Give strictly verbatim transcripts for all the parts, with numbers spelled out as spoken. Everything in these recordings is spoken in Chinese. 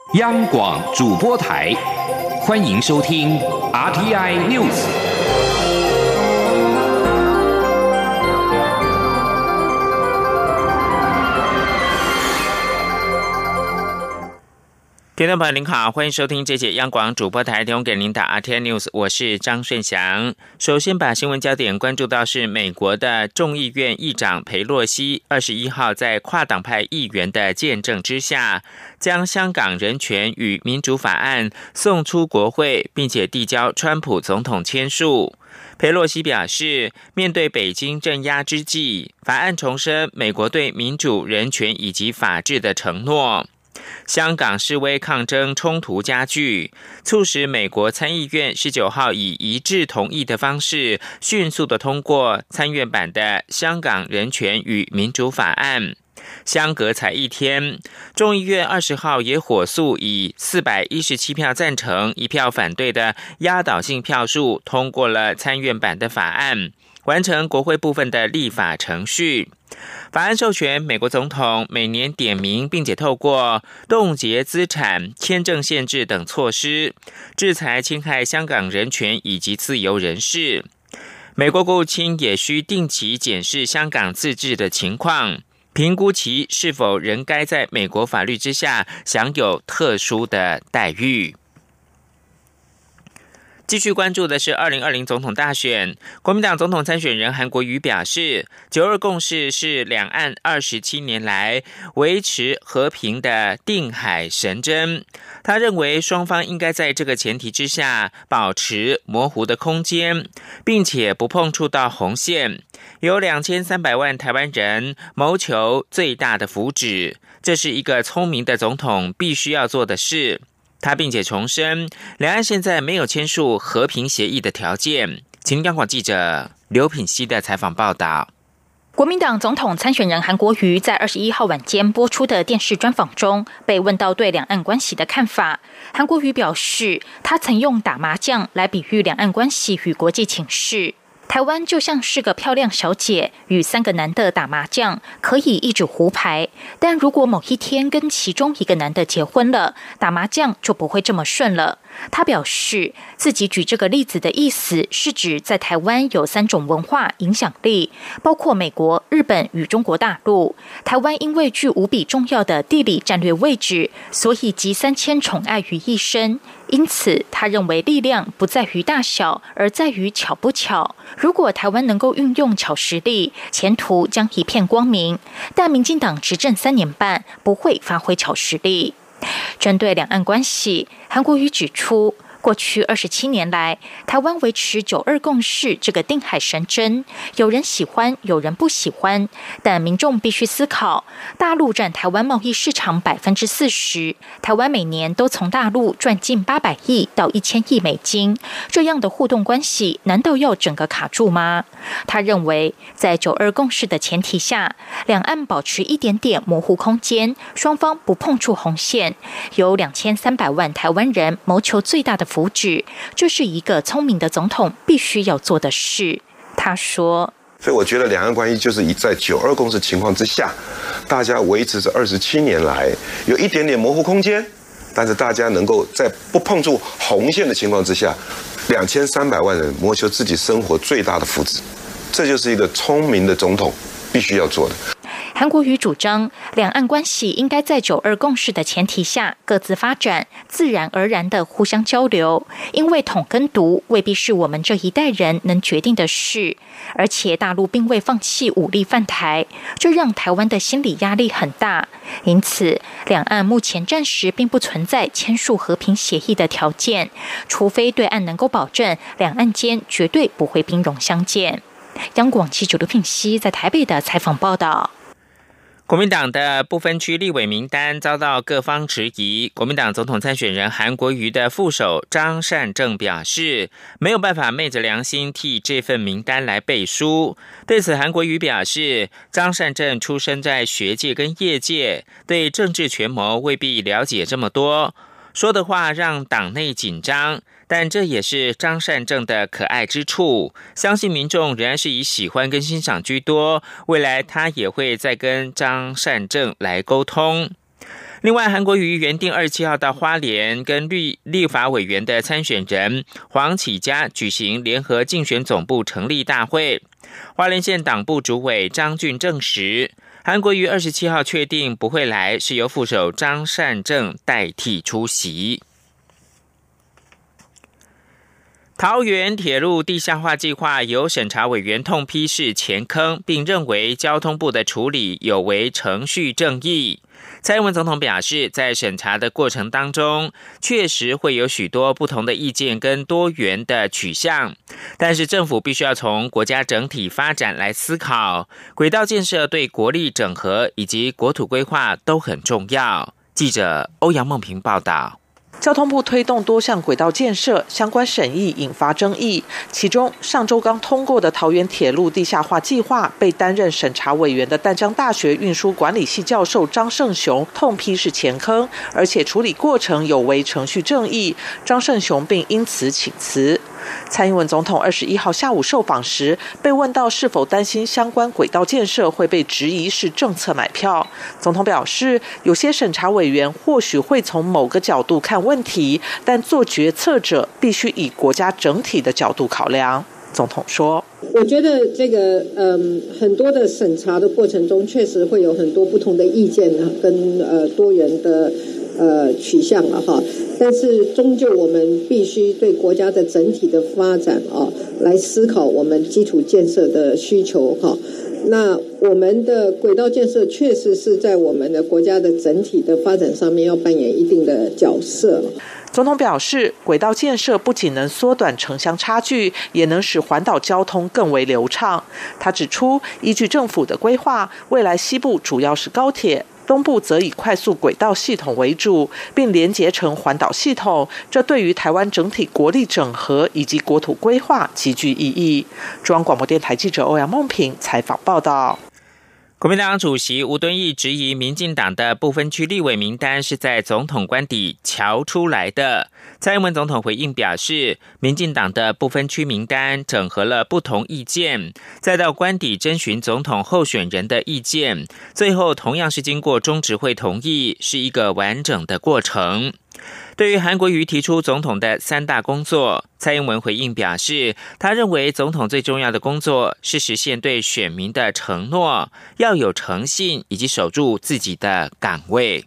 央广主播台，欢迎收听 R T I News。 听众朋友您好，欢迎收听这节央广主播台提供给您的 R T I News， 我是张顺祥。首先把新闻焦点关注到是美国的众议院议长裴洛西二十一号在跨党派议员的见证之下，将香港人权与民主法案送出国会，并且递交川普总统签署。裴洛西表示，面对北京镇压之际，法案重申美国对民主、人权以及法治的承诺。香港示威抗争冲突加剧，促使美国参议院十九号以一致同意的方式，迅速的通过参院版的香港人权与民主法案。相隔才一天，众议院二十号也火速以四百一十七票赞成、一票反对的压倒性票数通过了参院版的法案，完成国会部分的立法程序。法案授权美国总统每年点名，并且透过冻结资产、签证限制等措施，制裁侵害香港人权以及自由人士。美国国务卿也需定期检视香港自治的情况，评估其是否仍该在美国法律之下享有特殊的待遇。继续关注的是二零二零总统大选，国民党总统参选人韩国瑜表示，九二共识是两岸二十七年来维持和平的定海神针。他认为双方应该在这个前提之下保持模糊的空间，并且不碰触到红线。有两千三百万台湾人谋求最大的福祉，这是一个聪明的总统必须要做的事。他并且重申，两岸现在没有签署和平协议的条件。请央广记者刘品希的采访报道。 国民党总统参选人韩国瑜在二十一号晚间播出的电视专访中，被问到对两岸关系的看法。韩国瑜表示，他曾用打麻将来比喻两岸关系与国际情势。台湾就像是个漂亮小姐与三个男的打麻将，可以一直胡牌，但如果某一天跟其中一个男的结婚了，打麻将就不会这么顺了。他表示，自己举这个例子的意思是指在台湾有三种文化影响力，包括美国、日本与中国大陆。台湾因为具无比重要的地理战略位置，所以集三千宠爱于一身。因此，他认为力量不在于大小，而在于巧不巧。如果台湾能够运用巧实力，前途将一片光明。但民进党执政三年半，不会发挥巧实力。针对两岸关系，韩国瑜指出，过去二十七年来，台湾维持九二共识这个定海神针，有人喜欢，有人不喜欢，但民众必须思考，大陆占台湾贸易市场百分之四十，台湾每年都从大陆赚近八百亿到一千亿美金，这样的互动关系，难道要整个卡住吗？他认为，在九二共识的前提下，两岸保持一点点模糊空间，双方不碰触红线，有两千三百万台湾人谋求最大的福祉，这是一个聪明的总统必须要做的事。他说， 所以我觉得两岸关系就是以在九二共识情况之下，大家维持这二十七年来有一点点模糊空间，但是大家能够在不碰触红线的情况之下，两千三百万人谋求自己生活最大的福祉，这就是一个聪明的总统必须要做的。 韩国瑜主张，两岸关系应该在九二共识的前提下各自发展，自然而然的互相交流。因为统跟独未必是我们这一代人能决定的事，而且大陆并未放弃武力犯台，这让台湾的心理压力很大。因此，两岸目前暂时并不存在签署和平协议的条件，除非对岸能够保证两岸间绝对不会兵戎相见。央广记者刘品希在台北的采访报道。 国民党的不分区立委名单遭到各方质疑，国民党总统参选人韩国瑜的副手张善政表示，没有办法昧着良心替这份名单来背书。对此，韩国瑜表示，张善政出身在学界跟业界，对政治权谋未必了解这么多，说的话让党内紧张，但这也是张善政的可爱之处，相信民众仍然是以喜欢跟欣赏居多，未来他也会再跟张善政来沟通。 另外，韩国瑜原定二十七号到花莲跟立立法委员的参选人黄启嘉举行联合竞选总部成立大会。花莲县党部主委张俊证实，韩国瑜二十七号确定不会来，是由副手张善政代替出席。桃园铁路地下化计划由审查委员痛批是前坑，并认为交通部的处理有违程序正义。蔡英文总统表示，在审查的过程当中，确实会有许多不同的意见跟多元的取向，但是政府必须要从国家整体发展来思考，轨道建设对国力整合以及国土规划都很重要。记者欧阳梦平报道。 交通部推动多项轨道建设，相关审议引发争议。其中，上周刚通过的桃园铁路地下化计划，被担任审查委员的淡江大学运输管理系教授张胜雄痛批是前坑，而且处理过程有违程序正义。张胜雄并因此请辞。蔡英文总统二十一号下午受访时，被问到是否担心相关轨道建设会被质疑是政策买票，总统表示，有些审查委员或许会从某个角度看问题，但做决策者必须以国家整体的角度考量。总统说， 我觉得这个嗯，很多的审查的过程中，确实会有很多不同的意见跟呃多元的呃取向了哈，但是终究我们必须对国家的整体的发展啊来思考我们基础建设的需求哈。那我们的轨道建设确实是在我们的国家的整体的发展上面要扮演一定的角色。 总统表示，轨道建设不仅能缩短城乡差距，也能使环岛交通更为流畅。他指出，依据政府的规划，未来西部主要是高铁，东部则以快速轨道系统为主，并连结成环岛系统，这对于台湾整体国力整合以及国土规划极具意义。中央广播电台记者欧阳梦平采访报道。 国民党主席吴敦义质疑民进党的不分区立委名单是在总统官邸瞧出来的。蔡英文总统回应表示，民进党的不分区名单整合了不同意见，再到官邸征询总统候选人的意见，最后同样是经过中执会同意，是一个完整的过程。对于韩国瑜提出总统的三大工作，蔡英文回应表示，他认为总统最重要的工作是实现对选民的承诺，要有诚信以及守住自己的岗位。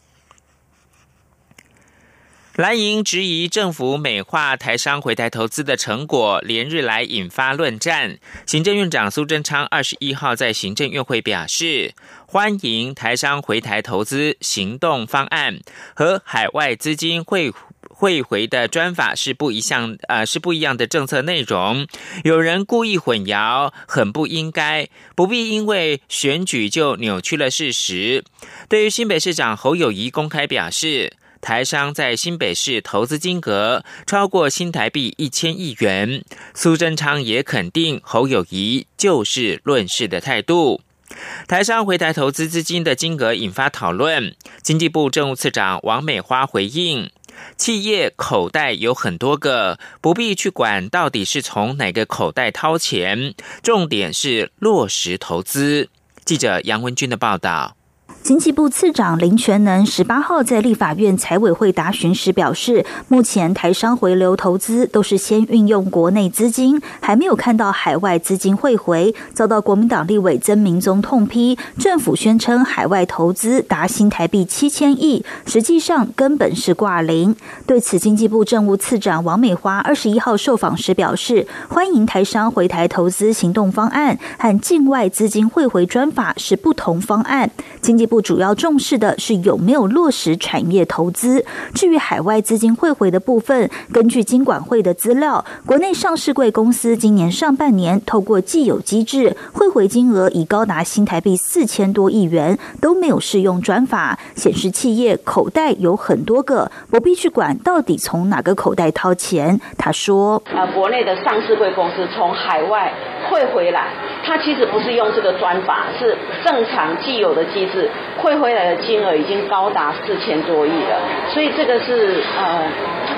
蓝营质疑政府美化台商回台投资的成果，连日来引发论战。行政院长苏贞昌二十一号在行政院会表示，欢迎台商回台投资行动方案和海外资金汇汇回的专法是不一样，呃，是不一样的政策内容。有人故意混淆，很不应该，不必因为选举就扭曲了事实。对于新北市长侯友宜公开表示，台商在新北市投资金额超过新台币一千亿元，苏贞昌也肯定侯友宜就事论事的态度。台商回台投资资金的金额引发讨论，经济部政务次长王美花回应，企业口袋有很多个，不必去管到底是从哪个口袋掏钱，重点是落实投资。记者杨文君的报道。 经济部次长林全能十八号在立法院财委会答询时表示，目前台商回流投资都是先运用国内资金，还没有看到海外资金汇回，遭到国民党立委曾明宗痛批，政府宣称海外投资达新台币七千亿，实际上根本是挂零。对此，经济部政务次长王美花二十一号受访时表示，欢迎台商回台投资行动方案和境外资金汇回专法是不同方案，经济部主要重视的是有没有落实产业投资。至于海外资金汇回的部分，根据金管会的资料，国内上市柜公司今年上半年透过既有机制汇回金额已高达新台币四千多亿元，都没有适用专法，显示企业口袋有很多个，不必去管到底从哪个口袋掏钱。他说， 呃，国内的上市柜公司从海外汇回来，它其实不是用这个专法，是正常既有的机制，汇回来的金额已经高达四千多亿了，所以这个是呃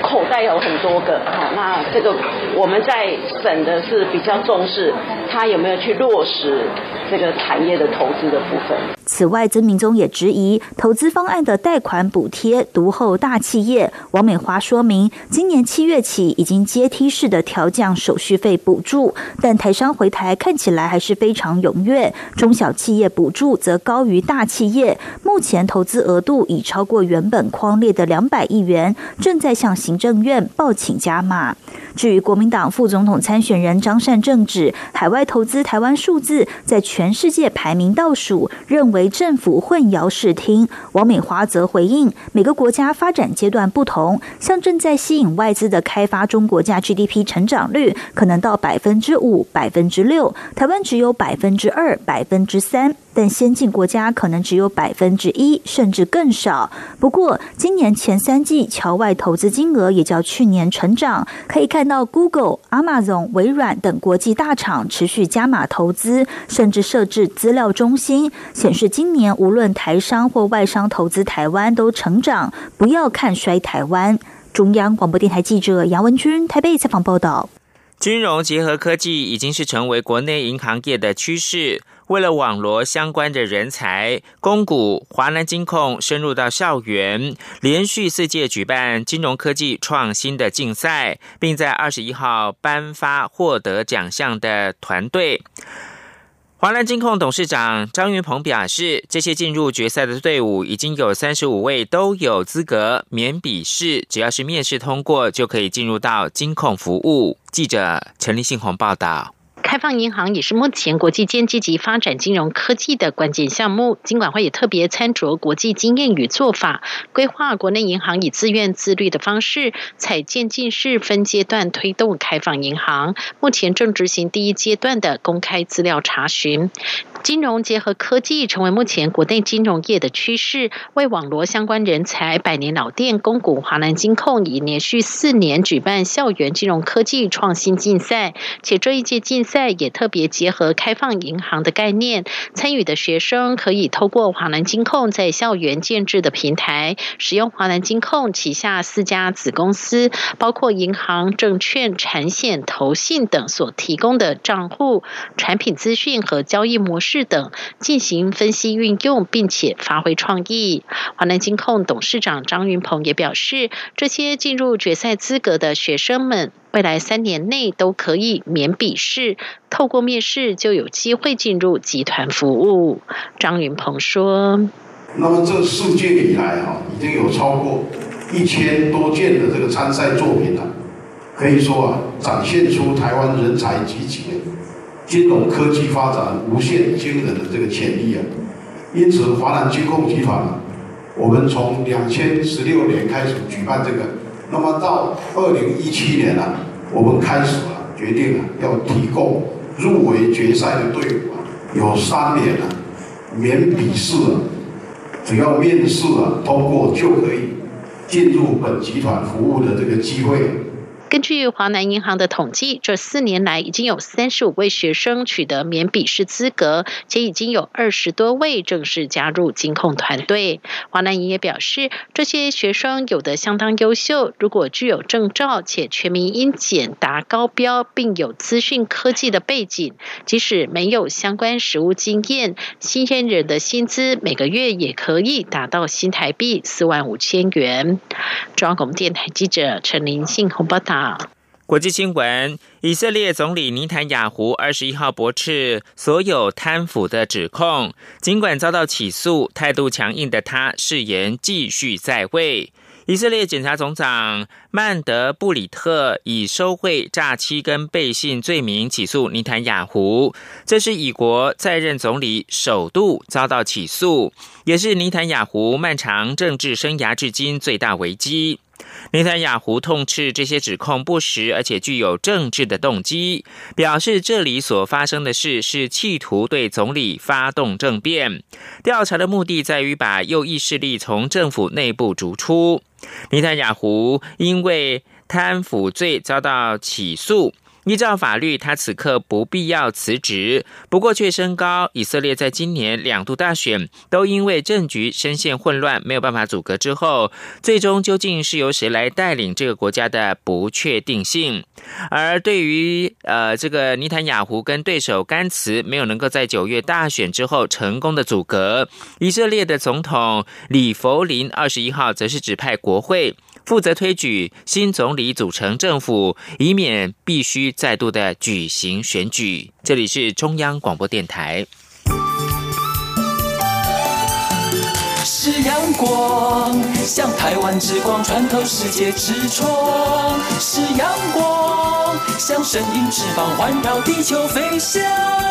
口袋有很多个，好，那这个我们在审的是比较重视他有没有去落实这个产业的投资的部分。 此外，曾明宗也质疑投资方案的贷款补贴独厚大企业。王美华说明，今年七月起已经阶梯式的调降手续费补助，但台商回台看起来还是非常踊跃，中小企业补助则高于大企业。目前投资额度已超过原本匡列的两百亿元，正在向行政院报请加码。至于国民党副总统参选人张善政指，海外投资台湾数字在全世界排名倒数，认为政府混淆视听。王美华则回应，每个国家发展阶段不同，像正在吸引外资的开发中国家 G D P 成长率可能到百分之五、百分之六，台湾只有百分之二、百分之三。但先进国家可能只有百分之一，甚至更少。不过，今年前三季侨外投资金额也较去年成长，可以看到 Google、Amazon、微软等国际大厂持续加码投资，甚至设置资料中心，显示今年无论台商或外商投资台湾都成长，不要看衰台湾。中央广播电台记者杨文君台北采访报道。 金融结合科技已经是成为国内银行业的趋势。为了网罗相关的人才，公股、华南金控深入到校园，连续四届举办金融科技创新的竞赛，并在二十一号颁发获得奖项的团队。华南金控董事长张云鹏表示，这些进入决赛的队伍已经有三十五位都有资格免笔试，只要是面试通过就可以进入到金控服务。记者陈立信宏报道。 开放银行也是目前国际间积极发展金融科技的关键项目。金管会也特别参酌国际经验与做法，规划国内银行以自愿自律的方式，采渐进式分阶段推动开放银行。目前正执行第一阶段的公开资料查询。金融结合科技成为目前国内金融业的趋势，为网罗相关人才，百年老店公股华南金控已连续四年举办校园金融科技创新竞赛，且这一届竞赛也特别结合开放银行的概念，参与的学生可以透过华南金控在校园建制的平台，使用华南金控旗下四家子公司，包括银行、证券、产险、投信等所提供的账户、产品资讯和交易模式等进行分析运用，并且发挥创意。华南金控董事长张云鹏也表示，这些进入决赛资格的学生们未来三年内都可以免笔试，透过面试就有机会进入集团服务。张云鹏说， 那么这四届以来哈，已经有超过一千多件的这个参赛作品了，可以说啊，展现出台湾人才济济、金融科技发展无限惊人的这个潜力啊。因此，华南金控集团啊，我们从两千十六年开始举办这个，那么到二零一七年啊，我们开始啊，决定啊，要提供入围决赛的队伍啊，有三年啊，免笔试啊，只要面试啊通过就可以进入本集团服务的这个机会。 根据华南银行的统计，这四年来已经有三十五位学生取得免笔试资格，且已经有二十多位正式加入金控团队。华南银也表示，这些学生有的相当优秀，如果具有证照且全民英检达高标，并有资讯科技的背景，即使没有相关实务经验，新鲜人的薪资每个月也可以达到新台币四万五千元。中央广播电台记者陈林信宏报道。 国际新闻：以色列总理尼坦雅胡二十一号驳斥所有贪腐的指控，尽管遭到起诉，态度强硬的他誓言继续在位。以色列检察总长曼德布里特以收贿、诈欺跟背信罪名起诉尼坦雅胡，这是以国在任总理首度遭到起诉，也是尼坦雅胡漫长政治生涯至今最大危机。尼坦雅胡痛斥这些指控不实，而且具有政治的动机，表示这里所发生的事是企图对总理发动政变，调查的目的在于把右翼势力从政府内部逐出。尼坦雅胡因为贪腐罪遭到起诉， 依照法律，他此刻不必要辞职，不过却升高以色列在今年两度大选都因为政局深陷混乱，没有办法阻隔之后，最终究竟是由谁来带领这个国家的不确定性。而对于呃这个尼坦雅胡跟对手甘茨没有能够在九月大选之后成功的阻隔，以色列的总统里弗林二十一号则是指派国会负责推举新总理组成政府，以免必须再度的举行选举。这里是中央广播电台。 是阳光，像台湾之光穿透世界之窗；是阳光，像神鹰翅膀环绕地球飞翔。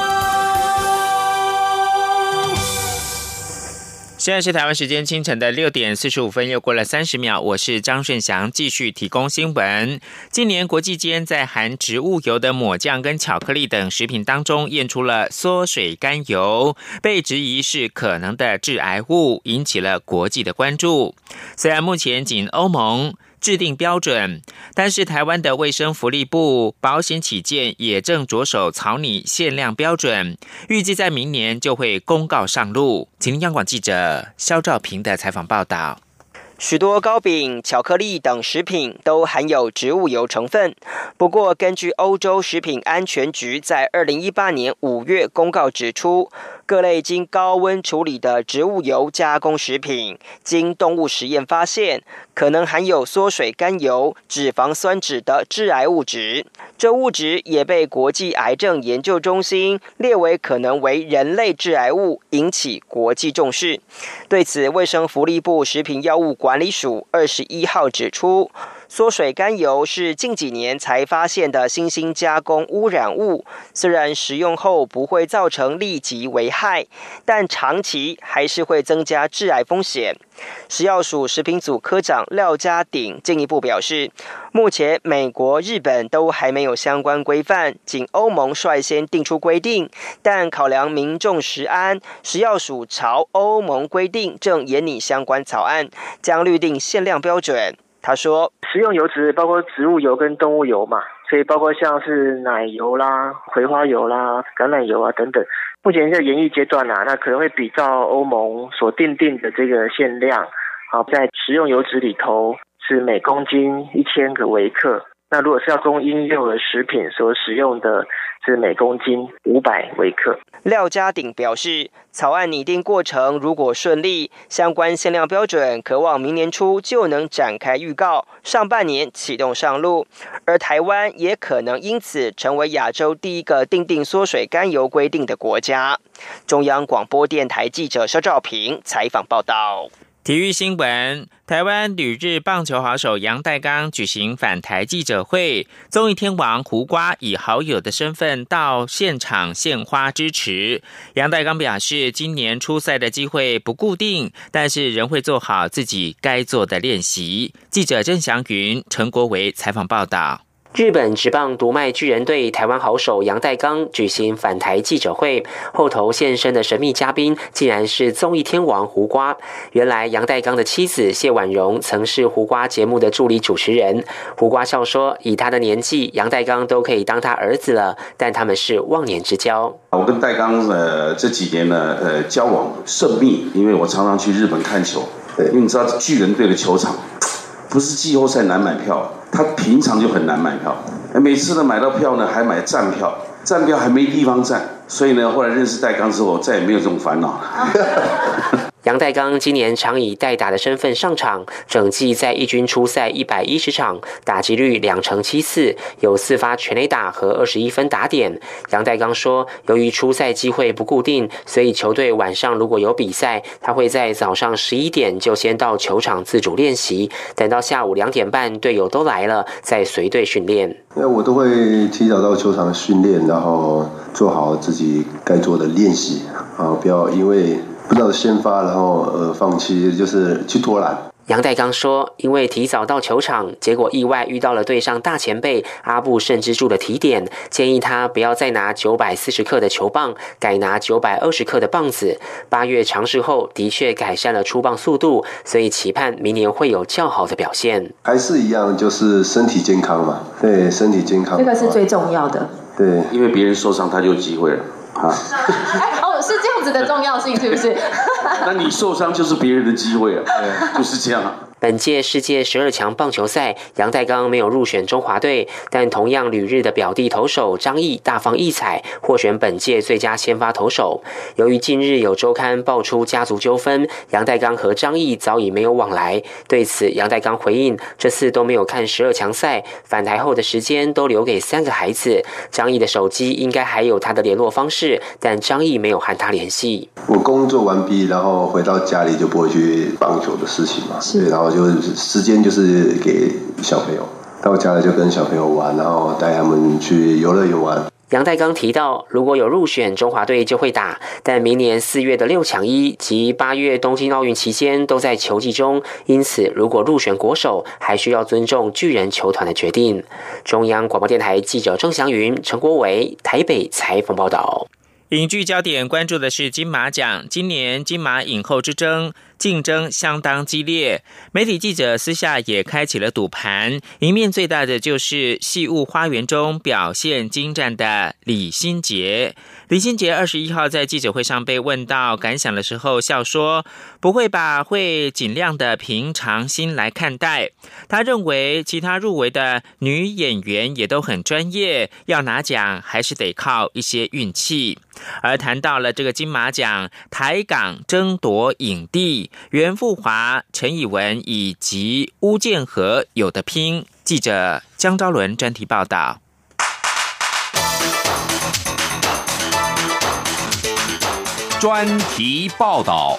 现在是台湾时间清晨的六点四十五分，又过了三十秒。我是张顺祥，继续提供新闻。今年国际间在含植物油的抹酱跟巧克力等食品当中验出了缩水甘油，被质疑是可能的致癌物，引起了国际的关注。虽然目前仅欧盟制定标准，但是台湾的卫生福利部保险起见也正着手草拟限量标准，预计在明年就会公告上路。请听央广记者肖兆平的采访报道。 许多糕饼、巧克力等食品都含有植物油成分，不过根据欧洲食品安全局在二零一八年五月公告指出，各类经高温处理的植物油加工食品，经动物实验发现，可能含有缩水甘油、脂肪酸酯的致癌物质。这物质也被国际癌症研究中心列为可能为人类致癌物，引起国际重视。对此，卫生福利部食品药物管理署二十一号指出，缩水甘油是近几年才发现的新兴加工污染物，虽然食用后不会造成立即危害，但长期还是会增加致癌风险。食药署食品组科长廖家鼎进一步表示，目前美国、日本都还没有相关规范，仅欧盟率先定出规定，但考量民众食安，食药署朝欧盟规定正研拟相关草案，将律定限量标准。他说， 食用油脂包括植物油跟动物油嘛，所以包括像是奶油啦、葵花油啦、橄榄油啊等等，目前在研议阶段啊，那可能会比照欧盟所订定的这个限量，好，在食用油脂里头是每公斤一千个微克，那如果是要供婴幼儿食品所使用的，是每公斤五百微克。 廖家鼎表示，草案拟定过程如果顺利，相关限量标准可望明年初就能展开预告，上半年启动上路，而台湾也可能因此成为亚洲第一个订定缩水甘油规定的国家。中央广播电台记者肖兆平采访报道。 体育新闻，台湾旅日棒球好手杨代刚举行返台记者会，综艺天王胡瓜以好友的身份到现场献花支持。杨代刚表示，今年出赛的机会不固定，但是仍会做好自己该做的练习。记者郑祥云、陈国维采访报道。 日本职棒读卖巨人队台湾好手杨代刚举行返台记者会，后头现身的神秘嘉宾竟然是综艺天王胡瓜。原来杨代刚的妻子谢婉容曾是胡瓜节目的助理主持人。胡瓜笑说，以他的年纪，杨代刚都可以当他儿子了，但他们是忘年之交。 我跟代刚呃这几年呢呃交往甚密，因为我常常去日本看球，因为你知道巨人队的球场不是季后赛难买票，他平常就很难买票，每次呢买到票呢还买站票，站票还没地方站，所以呢后来认识代刚之后，再也没有这种烦恼了。 杨代刚今年常以代打的身份上场，整季在一军出赛一百一十场，打击率两成七四，有四发全垒打和二十一分打点。杨代刚说，由于出赛机会不固定，所以球队晚上如果有比赛，他会在早上十一点就先到球场自主练习，等到下午两点半队友都来了，再随队训练。 因为我都会提早到球场训练，然后做好自己该做的练习，啊，不要因为不知道先发，然后呃放弃，就是去拖懒。 杨代刚说，因为提早到球场，结果意外遇到了队上大前辈阿布慎之助的提点，建议他不要再拿九百四十克的球棒，改拿九百二十克的棒子。八月尝试后，的确改善了出棒速度，所以期盼明年会有较好的表现。 还是一样，就是身体健康嘛，对，身体健康， 这个是最重要的。 对， 因为别人受伤，他就有机会了。啊， 哎哦，是这样子的重要性，是不是？ 那你受伤就是别人的机会啊，就是这样啊。 本届世界十二强棒球赛，杨代刚没有入选中华队，但同样旅日的表弟投手张毅大放异彩，获选本届最佳先发投手。由于近日有周刊爆出家族纠纷，杨代刚和张毅早已没有往来。对此，杨代刚回应，这次都没有看十二强赛，返台后的时间都留给三个孩子。张毅的手机应该还有他的联络方式，但张毅没有和他联系。 我工作完毕，然后回到家里就不会去棒球的事情嘛，对，然后就是时间就是给小朋友，到家了就跟小朋友玩，然后带他们去游乐园玩。 杨代刚提到，如果有入选中华队就会打，但明年四月的六抢一及八月东京奥运期间都在球季中，因此如果入选国手，还需要尊重巨人球团的决定。中央广播电台记者郑祥云、陈国伟台北采访报道。 影剧焦点关注的是金马奖，今年金马影后之争竞争相当激烈，媒体记者私下也开启了赌盘，赢面最大的就是《戏雾花园》中表现精湛的李心洁。李心洁二十一号在记者会上被问到感想的时候，笑说不会吧，会尽量的平常心来看待。他认为其他入围的女演员也都很专业，要拿奖还是得靠一些运气。而谈到了这个金马奖台港争夺影帝，袁富华、陈以文以及巫建和有得拼。记者江昭伦专题报道。 专题报道。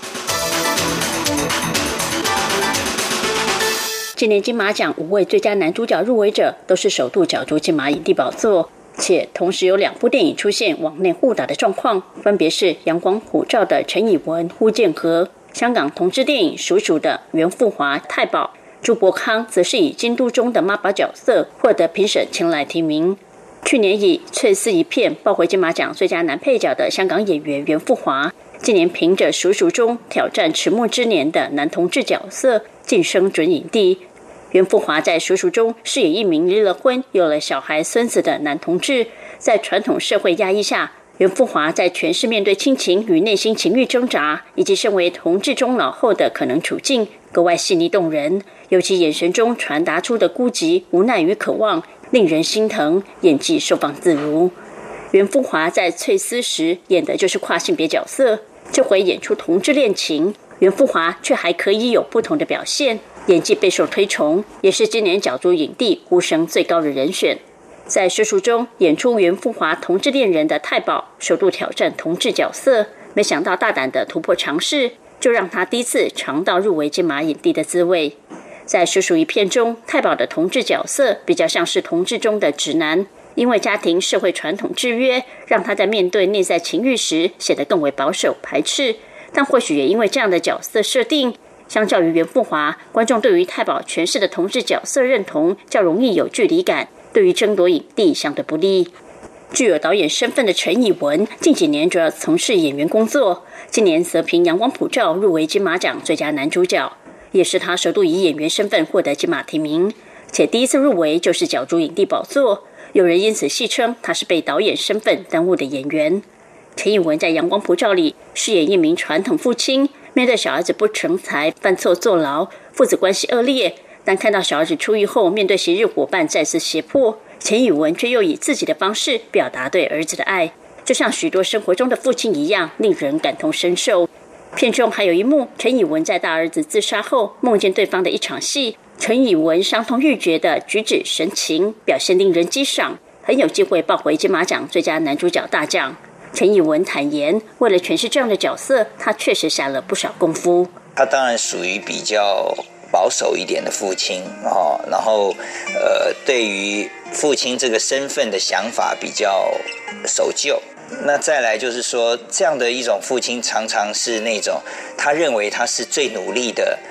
今年金马奖五位最佳男主角入围者都是首度角逐金马影帝宝座，且同时有两部电影出现往内互打的状况，分别是阳光普照的陈以文、巫建和，香港同志电影《鼠鼠》的袁富华、太保，朱柏康则是以京都中的妈宝角色获得评审青睐提名。去年以翠丝一片抱回金马奖最佳男配角的香港演员袁富华，今年凭着《鼠鼠》中挑战迟暮之年的男同志角色晋升准影帝。袁富华在《鼠鼠》中饰演一名离了婚、有了小孩、孙子的男同志，在传统社会压抑下，袁富华在诠释面对亲情与内心情欲挣扎，以及身为同志终老后的可能处境，格外细腻动人。尤其眼神中传达出的孤寂、无奈与渴望，令人心疼，演技收放自如。袁富华在《翠丝》时演的就是跨性别角色，这回演出同志恋情，袁富华却还可以有不同的表现，演技备受推崇，也是今年角逐影帝呼声最高的人选。在《鼠鼠》中演出袁富华同志恋人的太保，首度挑战同志角色，没想到大胆的突破尝试，就让他第一次尝到入围金马影帝的滋味。在《鼠鼠》一片中，太保的同志角色比较像是同志中的直男，因为家庭社会传统制约，让他在面对内在情欲时显得更为保守排斥。但或许也因为这样的角色设定，相较于袁富华，观众对于太保诠释的同志角色认同较容易有距离感，对于争夺影帝相对不利。具有导演身份的陈以文近几年主要从事演员工作，今年则凭《阳光普照》入围金马奖最佳男主角，也是他首度以演员身份获得金马提名，且第一次入围就是角逐影帝宝座。有人因此戏称他是被导演身份耽误的演员。陈以文在《阳光普照》里饰演一名传统父亲，面对小儿子不成才、犯错坐牢，父子关系恶劣，但看到小儿子出狱后，面对昔日伙伴再次胁迫，陈以文却又以自己的方式表达对儿子的爱，就像许多生活中的父亲一样，令人感同身受。片中还有一幕，陈以文在大儿子自杀后梦见对方的一场戏，陈以文伤痛欲绝的举止神情表现令人激赏，很有机会抱回金马奖最佳男主角大奖。陈以文坦言，为了诠释这样的角色，他确实下了不少功夫。 他当然属于比较保守一点的父亲，哦，然后呃，对于父亲这个身份的想法比较守旧。那再来就是说，这样的一种父亲常常是那种他认为他是最努力的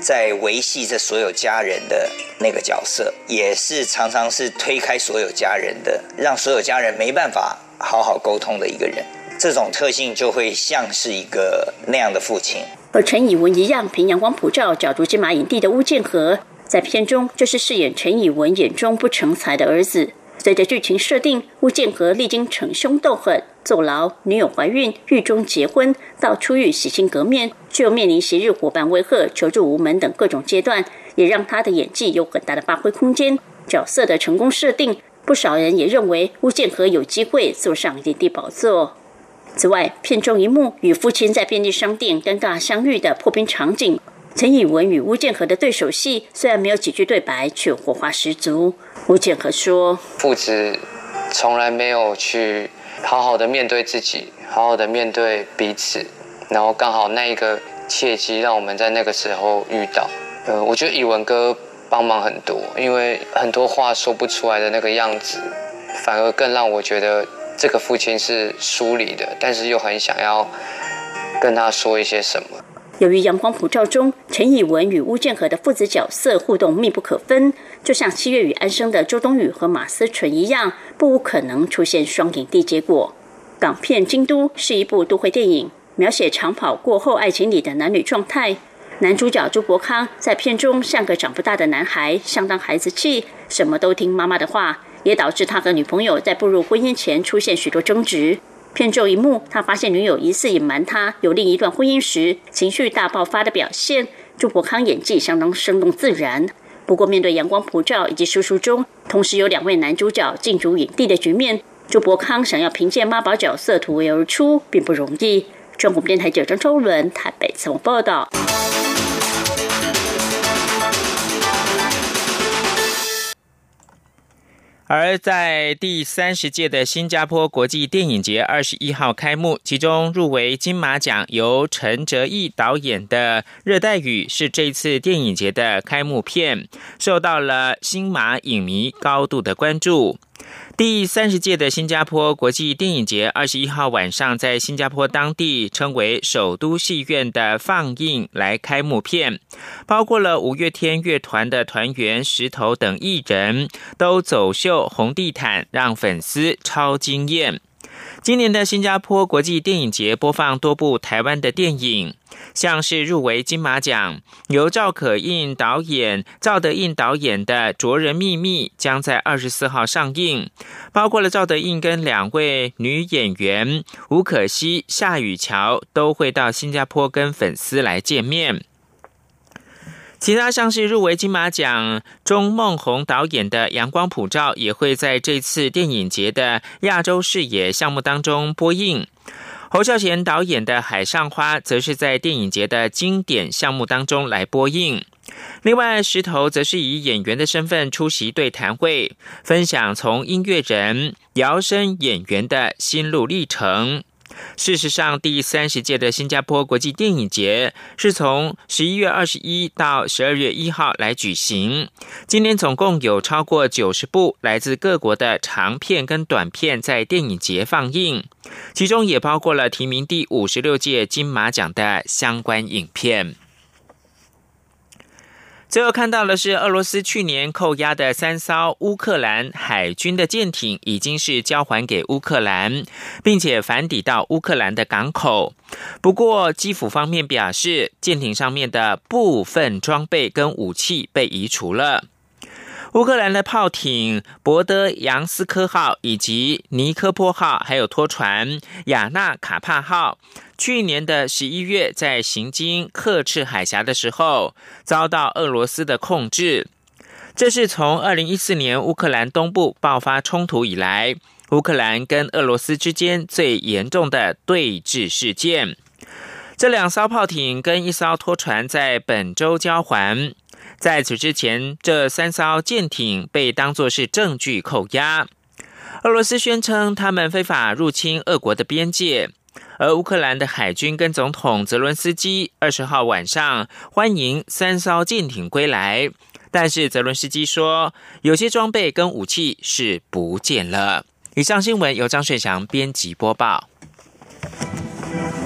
在维系着所有家人的那个角色，也是常常是推开所有家人的，让所有家人没办法好好沟通的一个人。这种特性就会像是一个那样的父亲。 和陈以文一样，凭阳光普照角逐金马影帝的巫建和，在片中就是饰演陈以文眼中不成才的儿子。随着剧情设定，巫建和历经逞凶斗狠、坐牢、女友怀孕、狱中结婚到出狱洗心革面，却又面临昔日伙伴威吓、求助无门等各种阶段，也让他的演技有很大的发挥空间。角色的成功设定，不少人也认为巫建和有机会坐上影帝宝座。此外，片中一幕与父亲在便利商店尴尬相遇的破冰场景，陈以文与巫建和的对手戏虽然没有几句对白，却火花十足。巫建和说：“ 父子从来没有去好好的面对自己，好好的面对彼此，然后刚好那一个契机让我们在那个时候遇到。呃，我觉得以文哥帮忙很多，因为很多话说不出来的那个样子，反而更让我觉得这个父亲是疏离的，但是又很想要跟他说一些什么。” 由于阳光普照中，陈以文与巫建和的父子角色互动密不可分，就像七月与安生的周冬雨和马思纯一样，不无可能出现双影帝结果。港片《京都》是一部都会电影，描写长跑过后爱情里的男女状态。男主角朱柏康在片中像个长不大的男孩，相当孩子气，什么都听妈妈的话，也导致他和女朋友在步入婚姻前出现许多争执。片中一幕，他发现女友疑似隐瞒他有另一段婚姻时，情绪大爆发的表现，朱柏康演技相当生动自然。不过，面对阳光普照以及叔叔中同时有两位男主角竞逐影帝的局面，朱柏康想要凭借妈宝角色突围而出，并不容易。中国电台记者张周伦台北采访报道。 而在第三十届的新加坡国际电影节二十一号开幕，其中入围金马奖由陈哲艺导演的《热带雨》是这次电影节的开幕片，受到了新马影迷高度的关注。第三十届的新加坡国际电影节二十一号晚上在新加坡当地称为首都戏院的放映来开幕片，包括了五月天乐团的团员石头等艺人都走秀红地毯，让粉丝超惊艳。今年的新加坡国际电影节播放多部台湾的电影，像是入围金马奖由赵可印导演、赵德胤导演的《灼人秘密》将在二十四号上映，包括了赵德胤跟两位女演员吴可希、夏雨乔都会到新加坡跟粉丝来见面。其他像是入围金马奖钟孟宏导演的《阳光普照》也会在这次电影节的亚洲视野项目当中播映。侯孝贤导演的《海上花》则是在电影节的经典项目当中来播映。另外，石头则是以演员的身份出席对谈会，分享从音乐人摇身演员的心路历程。事实上，第三十届的新加坡国际电影节是从十一月二十一到十二月一号来举行。今年总共有超过九十部来自各国的长片跟短片在电影节放映，其中也包括了提名第五十六届金马奖的相关影片。最后看到的是，俄罗斯去年扣押的三艘乌克兰海军的舰艇已经是交还给乌克兰，并且返抵到乌克兰的港口。不过，基辅方面表示，舰艇上面的部分装备跟武器被移除了。乌克兰的炮艇博德扬斯科号以及尼科波号，还有拖船亚纳卡帕号，去年的十一月在行经刻赤海峡的时候遭到俄罗斯的控制。这是从二零一四年乌克兰东部爆发冲突以来，乌克兰跟俄罗斯之间最严重的对峙事件。这两艘炮艇跟一艘拖船在本周交还。在此之前，这三艘舰艇被当作是证据扣押。俄罗斯宣称他们非法入侵俄国的边界，而乌克兰的海军跟总统泽伦斯基二十号晚上欢迎三艘舰艇归来，但是泽伦斯基说，有些装备跟武器是不见了。以上新闻由张顺祥编辑播报。